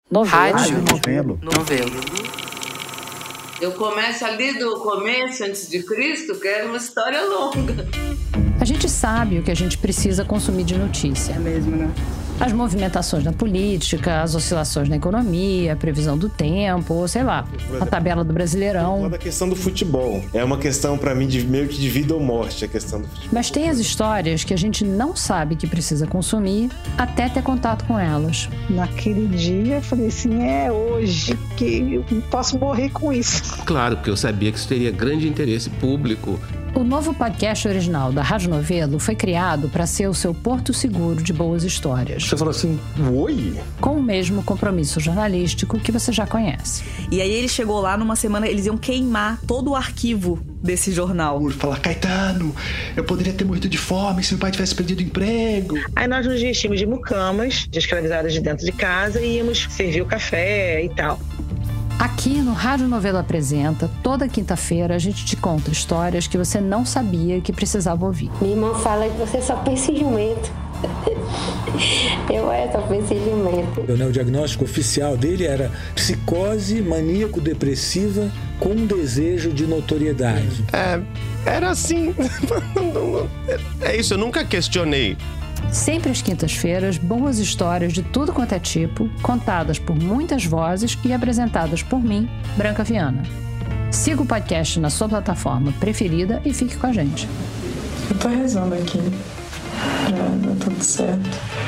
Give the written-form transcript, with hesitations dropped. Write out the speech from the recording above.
Rádio Novelo. Eu começo ali do começo, antes de Cristo, que era uma história longa. A gente sabe o que a gente precisa consumir de notícia. É mesmo, né? As movimentações na política, as oscilações na economia, a previsão do tempo, ou sei lá, a tabela do Brasileirão. A questão do futebol. É uma questão, pra mim, meio que de vida ou morte, a questão do futebol. Mas tem as histórias que a gente não sabe que precisa consumir até ter contato com elas. Naquele dia, eu falei assim, é hoje que eu não posso morrer com isso. Claro, porque eu sabia que isso teria grande interesse público. O novo podcast original da Rádio Novelo foi criado para ser o seu porto seguro de boas histórias. Você falou assim, oi? Com o mesmo compromisso jornalístico que você já conhece. E aí ele chegou lá numa semana, eles iam queimar todo o arquivo desse jornal. Falar, Caetano, eu poderia ter morrido de fome se meu pai tivesse perdido o emprego. Aí nós nos vestimos de mucamas, de escravizadas de dentro de casa, e íamos servir o café e tal. Aqui no Rádio Novelo Apresenta, toda quinta-feira a gente te conta histórias que você não sabia que precisava ouvir. Minha irmã fala que você só pensa em jumento. Eu só penso em jumento. O diagnóstico oficial dele era psicose maníaco-depressiva com desejo de notoriedade. Era assim. É isso, eu nunca questionei. Sempre às quintas-feiras, boas histórias de tudo quanto é tipo, contadas por muitas vozes e apresentadas por mim, Branca Viana. Siga o podcast na sua plataforma preferida e fique com a gente. Eu tô rezando aqui pra dar tudo certo.